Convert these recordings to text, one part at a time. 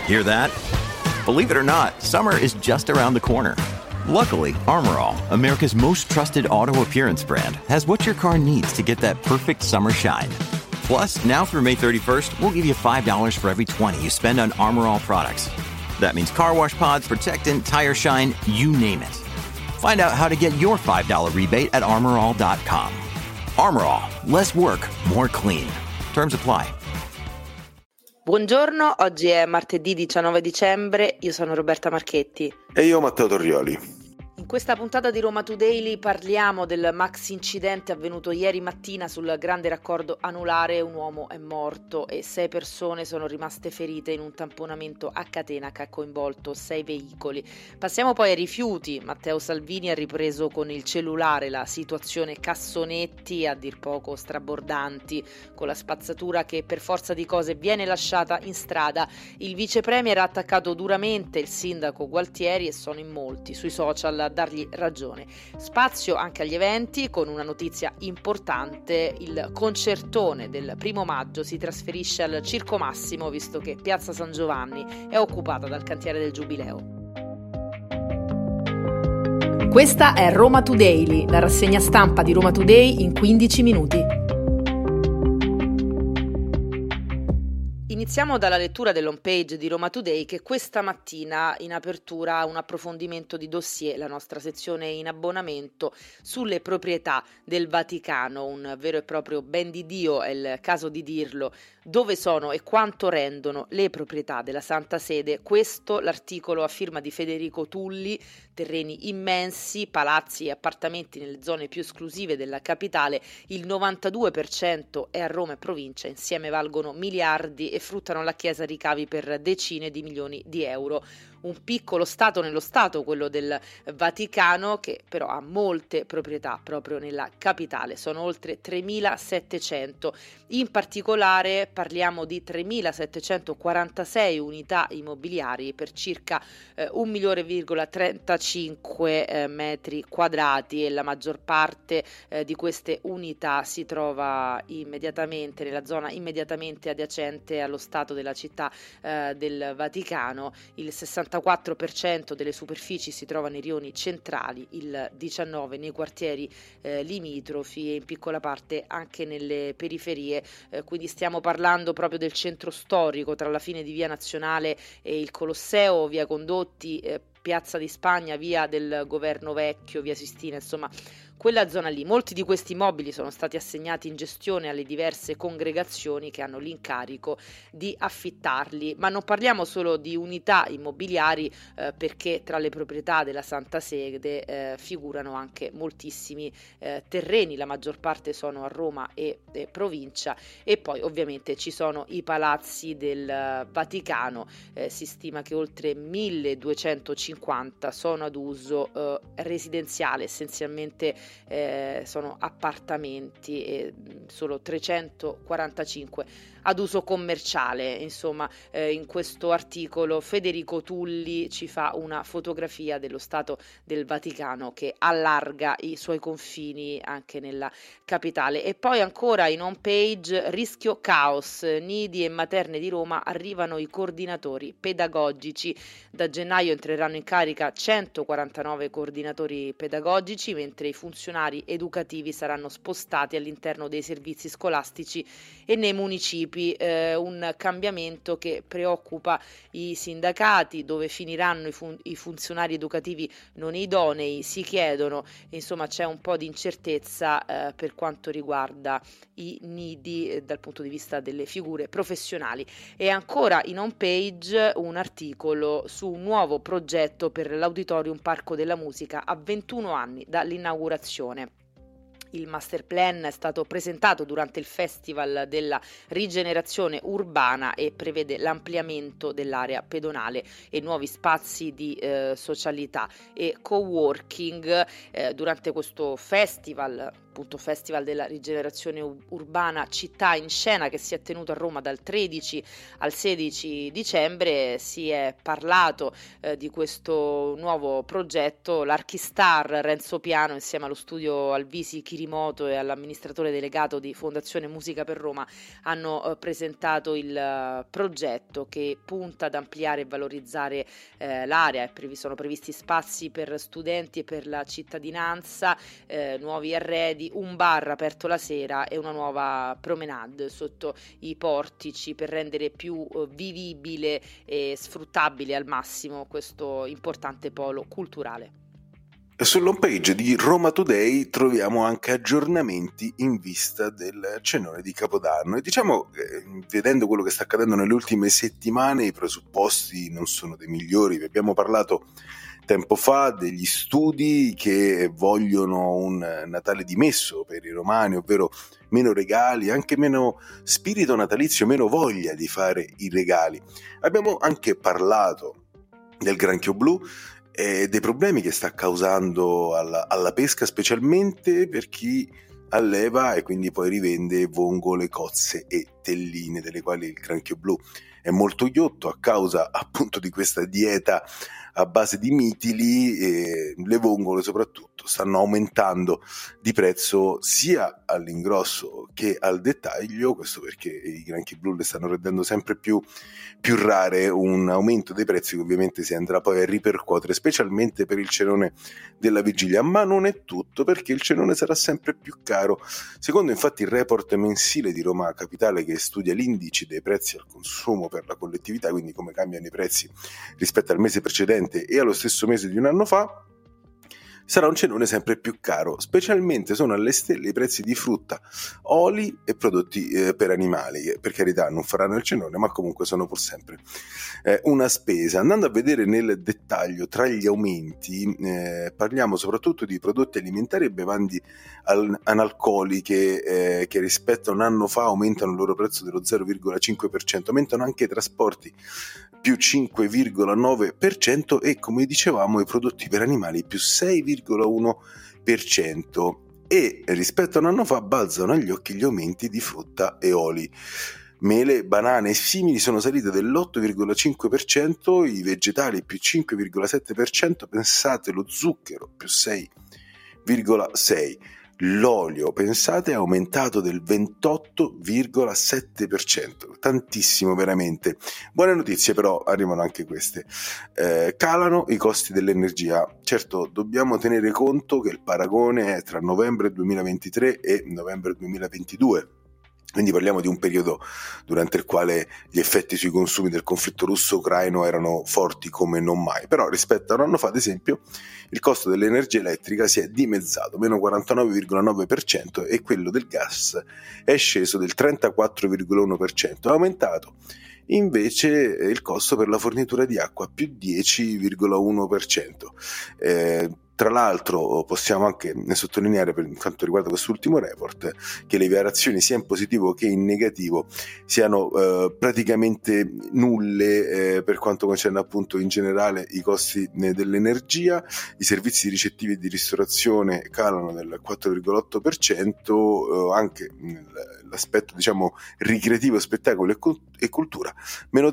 Hear that? Believe it or not, summer is just around the corner. Luckily, Armor All, America's most trusted auto appearance brand, has what your car needs to get that perfect summer shine. Plus, now through May 31st, we'll give you $5 for every $20 you spend on Armor All products. That means car wash pods, protectant, tire shine, you name it. Find out how to get your $5 rebate at armorall.com. Armor All, less work, more clean. Terms apply. Buongiorno, oggi è martedì 19 dicembre, io sono Roberta Marchetti. E io Matteo Torrioli. In questa puntata di Roma Today parliamo del maxi incidente avvenuto ieri mattina sul grande raccordo anulare. Un uomo è morto e 6 persone sono rimaste ferite in un tamponamento a catena che ha coinvolto 6 veicoli. Passiamo poi ai rifiuti. Matteo Salvini ha ripreso con il cellulare la situazione cassonetti, a dir poco strabordanti, con la spazzatura che per forza di cose viene lasciata in strada. Il vice premier ha attaccato duramente il sindaco Gualtieri e sono in molti sui social a dargli ragione. Spazio anche agli eventi con una notizia importante: il concertone del 1° maggio si trasferisce al Circo Massimo, visto che Piazza San Giovanni è occupata dal cantiere del Giubileo. Questa è Roma Today, la rassegna stampa di Roma Today in 15 minuti. Iniziamo dalla lettura dell'home page di Roma Today, che questa mattina in apertura ha un approfondimento di dossier, la nostra sezione in abbonamento, sulle proprietà del Vaticano, un vero e proprio ben di Dio, è il caso di dirlo. Dove sono e quanto rendono le proprietà della Santa Sede? Questo l'articolo a firma di Federico Tulli. Terreni immensi, palazzi e appartamenti nelle zone più esclusive della capitale, il 92% è a Roma e provincia, insieme valgono miliardi e fruttano alla Chiesa ricavi per decine di milioni di euro. Un piccolo Stato nello Stato, quello del Vaticano, che però ha molte proprietà proprio nella capitale, sono oltre 3.700. In particolare parliamo di 3.746 unità immobiliari per circa 1.035 metri quadrati, e la maggior parte di queste unità si trova immediatamente nella zona immediatamente adiacente allo Stato della città del Vaticano. Il 64% delle superfici si trova nei rioni centrali, il 19% nei quartieri limitrofi e in piccola parte anche nelle periferie, quindi stiamo parlando proprio del centro storico tra la fine di Via Nazionale e il Colosseo, Via Condotti, Piazza di Spagna, Via del Governo Vecchio, Via Sistina, insomma quella zona lì. Molti di questi immobili sono stati assegnati in gestione alle diverse congregazioni che hanno l'incarico di affittarli, ma non parliamo solo di unità immobiliari, perché tra le proprietà della Santa Sede figurano anche moltissimi terreni, la maggior parte sono a Roma e provincia, e poi ovviamente ci sono i palazzi del Vaticano. Si stima che oltre 1250 sono ad uso residenziale, essenzialmente sono appartamenti, e solo 345 ad uso commerciale. Insomma, in questo articolo Federico Tulli ci fa una fotografia dello Stato del Vaticano che allarga i suoi confini anche nella capitale. E poi ancora in home page: rischio caos, nidi e materne di Roma, arrivano i coordinatori pedagogici. Da gennaio entreranno in carica 149 coordinatori pedagogici, mentre i funzionari educativi saranno spostati all'interno dei servizi scolastici e nei municipi. Un cambiamento che preoccupa i sindacati. Dove finiranno i funzionari educativi non idonei, si chiedono. Insomma, c'è un po' di incertezza per quanto riguarda i nidi dal punto di vista delle figure professionali. E ancora in home page un articolo su un nuovo progetto per l'Auditorium Parco della Musica a 21 anni dall'inaugurazione. Il master plan è stato presentato durante il Festival della Rigenerazione Urbana e prevede l'ampliamento dell'area pedonale e nuovi spazi di socialità e coworking. Durante questo festival appunto Festival della rigenerazione urbana Città in Scena, che si è tenuto a Roma dal 13 al 16 dicembre. Si è parlato di questo nuovo progetto. L'Archistar Renzo Piano, insieme allo studio Alvisi Kirimoto e all'amministratore delegato di Fondazione Musica per Roma, hanno presentato il progetto che punta ad ampliare e valorizzare l'area. Sono previsti spazi per studenti e per la cittadinanza, nuovi arredi, un bar aperto la sera e una nuova promenade sotto i portici per rendere più vivibile e sfruttabile al massimo questo importante polo culturale. Sull'home page di Roma Today troviamo anche aggiornamenti in vista del cenone di Capodanno e diciamo, vedendo quello che sta accadendo nelle ultime settimane, i presupposti non sono dei migliori. Vi abbiamo parlato tempo fa degli studi che vogliono un Natale dimesso per i romani, ovvero meno regali, anche meno spirito natalizio, meno voglia di fare i regali. Abbiamo anche parlato del granchio blu e dei problemi che sta causando alla pesca, specialmente per chi alleva e quindi poi rivende vongole, cozze e telline, delle quali il granchio blu è molto ghiotto a causa appunto di questa dieta a base di mitili. E le vongole soprattutto stanno aumentando di prezzo sia all'ingrosso che al dettaglio, questo perché i granchi blu le stanno rendendo sempre più rare, un aumento dei prezzi che ovviamente si andrà poi a ripercuotere specialmente per il cenone della vigilia. Ma non è tutto, perché il cenone sarà sempre più caro. Secondo infatti il report mensile di Roma Capitale, che studia l'indice dei prezzi al consumo per la collettività, quindi come cambiano i prezzi rispetto al mese precedente e allo stesso mese di un anno fa, sarà un cenone sempre più caro. Specialmente sono alle stelle i prezzi di frutta, oli e prodotti per animali, che per carità non faranno il cenone, ma comunque sono pur sempre una spesa. Andando a vedere nel dettaglio tra gli aumenti, parliamo soprattutto di prodotti alimentari e bevande analcoliche che rispetto a un anno fa aumentano il loro prezzo dello 0,5%, aumentano anche i trasporti più 5,9% e, come dicevamo, i prodotti per animali più 6,1%, e rispetto a un anno fa balzano agli occhi gli aumenti di frutta e oli. Mele, banane e simili sono salite dell'8,5%, i vegetali più 5,7%, pensate lo zucchero più 6,6%. L'olio, pensate, è aumentato del 28,7%, tantissimo veramente. Buone notizie però arrivano anche queste. Calano i costi dell'energia. Certo, dobbiamo tenere conto che il paragone è tra novembre 2023 e novembre 2022. Quindi parliamo di un periodo durante il quale gli effetti sui consumi del conflitto russo-ucraino erano forti come non mai. Però rispetto a un anno fa, ad esempio, il costo dell'energia elettrica si è dimezzato, meno 49,9%, e quello del gas è sceso del 34,1%. È aumentato invece il costo per la fornitura di acqua, più 10,1%. Tra l'altro possiamo anche sottolineare, per quanto riguarda quest'ultimo report, che le variazioni sia in positivo che in negativo siano praticamente nulle per quanto concerne appunto in generale i costi dell'energia. I servizi ricettivi e di ristorazione calano del 4,8%, anche l'aspetto diciamo ricreativo, spettacolo e cultura meno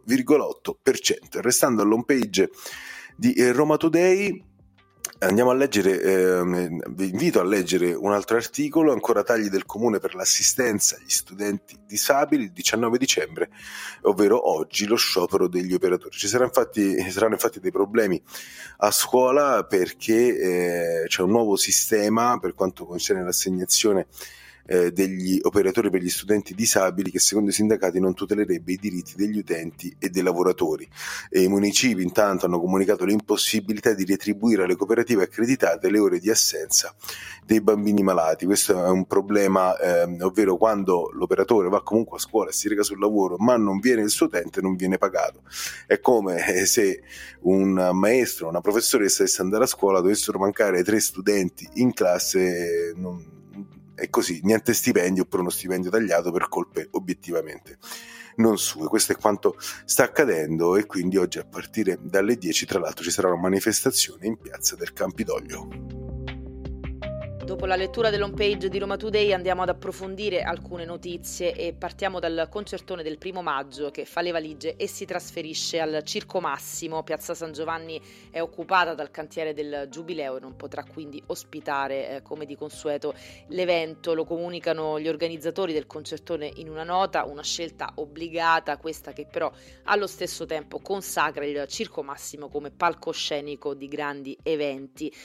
0,8%. Restando all'home page di Roma Today, andiamo a leggere, vi invito a leggere un altro articolo, ancora tagli del comune per l'assistenza agli studenti disabili il 19 dicembre, ovvero oggi lo sciopero degli operatori. Saranno infatti dei problemi a scuola perché c'è un nuovo sistema per quanto concerne l'assegnazione degli operatori per gli studenti disabili, che secondo i sindacati non tutelerebbe i diritti degli utenti e dei lavoratori. E i municipi intanto hanno comunicato l'impossibilità di retribuire alle cooperative accreditate le ore di assenza dei bambini malati. Questo è un problema, ovvero quando l'operatore va comunque a scuola e si reca sul lavoro ma non viene il suo utente, non viene pagato. È come se un maestro o una professoressa dovesse andare a scuola, dovessero mancare 3 studenti in classe, è così, niente stipendio oppure uno stipendio tagliato per colpe obiettivamente non sue. Questo è quanto sta accadendo, e quindi oggi a partire dalle 10 tra l'altro ci sarà una manifestazione in piazza del Campidoglio. Dopo la lettura dell'home page di Roma Today andiamo ad approfondire alcune notizie e partiamo dal concertone del 1° maggio che fa le valigie e si trasferisce al Circo Massimo. Piazza San Giovanni è occupata dal cantiere del Giubileo e non potrà quindi ospitare come di consueto l'evento. Lo comunicano gli organizzatori del concertone in una nota, una scelta obbligata, questa che però allo stesso tempo consacra il Circo Massimo come palcoscenico di grandi eventi.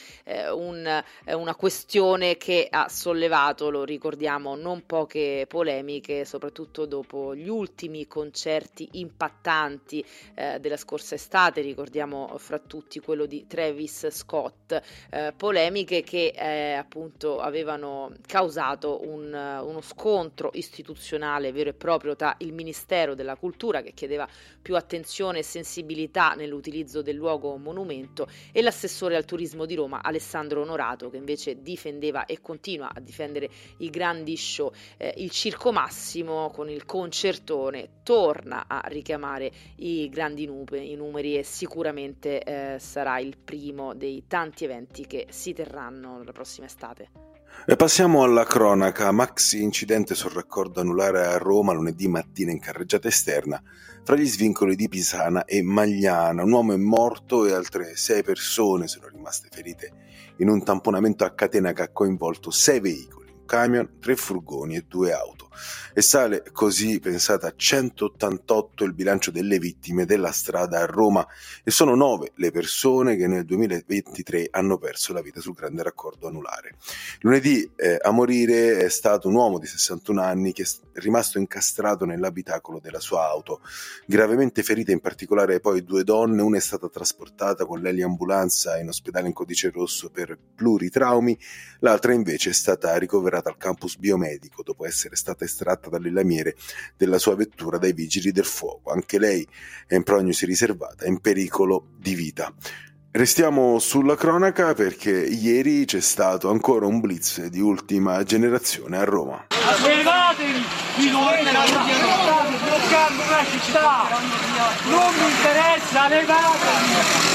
Una questione che ha sollevato, lo ricordiamo, non poche polemiche, soprattutto dopo gli ultimi concerti impattanti della scorsa estate. Ricordiamo fra tutti quello di Travis Scott, polemiche che appunto avevano causato uno scontro istituzionale vero e proprio tra il Ministero della Cultura, che chiedeva più attenzione e sensibilità nell'utilizzo del luogo monumento, e l'assessore al turismo di Roma Alessandro Onorato, che invece difendeva e continua a difendere i grandi show. Il Circo Massimo con il concertone torna a richiamare i grandi numeri e sicuramente sarà il primo dei tanti eventi che si terranno la prossima estate. E passiamo alla cronaca. Maxi incidente sul raccordo anulare a Roma lunedì mattina in carreggiata esterna fra gli svincoli di Pisana e Magliana. Un uomo è morto e altre 6 persone sono rimaste ferite in un tamponamento a catena che ha coinvolto 6 veicoli, un camion, 3 furgoni e 2 auto. E sale così, pensate, a 188 il bilancio delle vittime della strada a Roma e sono 9 le persone che nel 2023 hanno perso la vita sul grande raccordo anulare. Lunedì a morire è stato un uomo di 61 anni che è rimasto incastrato nell'abitacolo della sua auto. Gravemente ferite in particolare poi 2 donne, una è stata trasportata con l'eliambulanza in ospedale in codice rosso per pluritraumi, l'altra invece è stata ricoverata al campus biomedico dopo essere stata estratta dalle lamiere della sua vettura dai vigili del fuoco. Anche lei è in prognosi riservata, è in pericolo di vita. Restiamo sulla cronaca perché ieri c'è stato ancora un blitz di ultima generazione a Roma. Levatevi di state bloccando la città, non mi interessa, levatevi,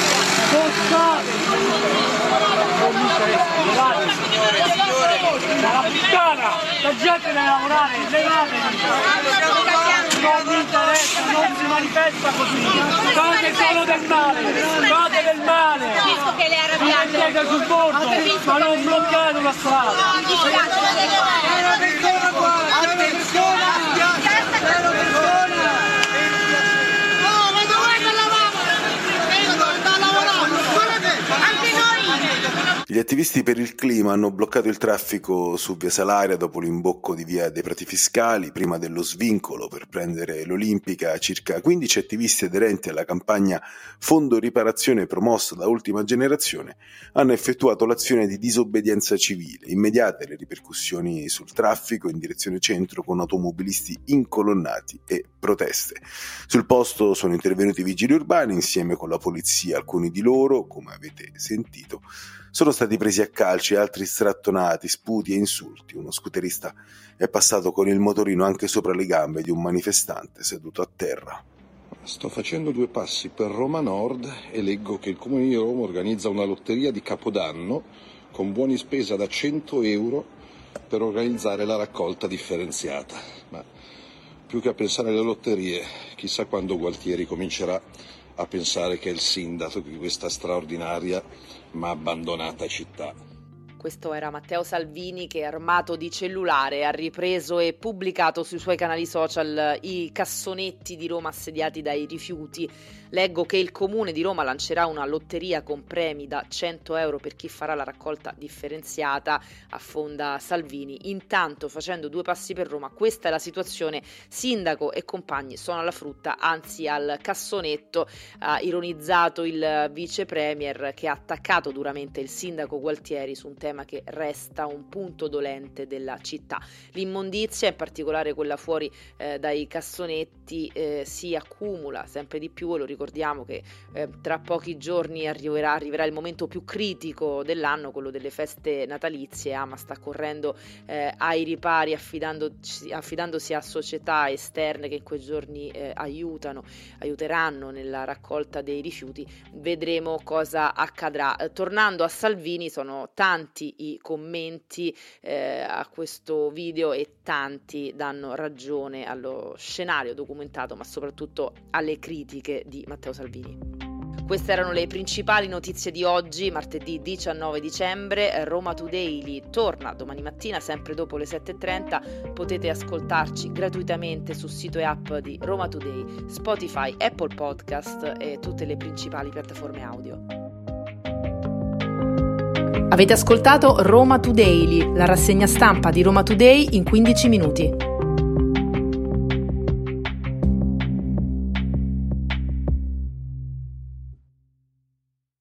spostate, non mi interessa, levatevi, dalla puttana, la gente deve lavorare, levatevi, non mi interessa, non si manifesta così, fate solo del male, fate del male, vi mettete sul bordo, ma non bloccate la strada. Gli attivisti per il clima hanno bloccato il traffico su via Salaria dopo l'imbocco di via dei Prati Fiscali, prima dello svincolo per prendere l'Olimpica. Circa 15 attivisti aderenti alla campagna Fondo Riparazione promossa da Ultima Generazione hanno effettuato l'azione di disobbedienza civile. Immediate le ripercussioni sul traffico in direzione centro con automobilisti incolonnati e proteste. Sul posto sono intervenuti i vigili urbani insieme con la polizia. Alcuni di loro, come avete sentito, sono stati presi a calci, altri strattonati, sputi e insulti. Uno scooterista è passato con il motorino anche sopra le gambe di un manifestante seduto a terra. Sto facendo 2 passi per Roma Nord e leggo che il Comune di Roma organizza una lotteria di Capodanno con buoni spesa da 100 euro per organizzare la raccolta differenziata. Ma più che a pensare alle lotterie, chissà quando Gualtieri comincerà a pensare che è il sindaco di questa straordinaria ma abbandonata città. Questo era Matteo Salvini che, armato di cellulare, ha ripreso e pubblicato sui suoi canali social i cassonetti di Roma assediati dai rifiuti. Leggo che il Comune di Roma lancerà una lotteria con premi da 100 euro per chi farà la raccolta differenziata, affonda Salvini. Intanto, facendo 2 passi per Roma, questa è la situazione. Sindaco e compagni sono alla frutta, anzi al cassonetto, ha ironizzato il vice premier che ha attaccato duramente il sindaco Gualtieri su un tema che resta un punto dolente della città. L'immondizia, in particolare quella fuori dai cassonetti, si accumula sempre di più, e lo ricordiamo che tra pochi giorni arriverà il momento più critico dell'anno, quello delle feste natalizie. AMA sta correndo ai ripari affidandosi a società esterne che in quei giorni aiuteranno nella raccolta dei rifiuti. Vedremo cosa accadrà. Tornando a Salvini, sono tanti tanti i commenti a questo video e tanti danno ragione allo scenario documentato, ma soprattutto alle critiche di Matteo Salvini. Queste erano le principali notizie di oggi, martedì 19 dicembre. Roma Today torna domani mattina, sempre dopo le 7:30. Potete ascoltarci gratuitamente sul sito e app di Roma Today, Spotify, Apple Podcast e tutte le principali piattaforme audio. Avete ascoltato Roma Today, la rassegna stampa di Roma Today in 15 minuti.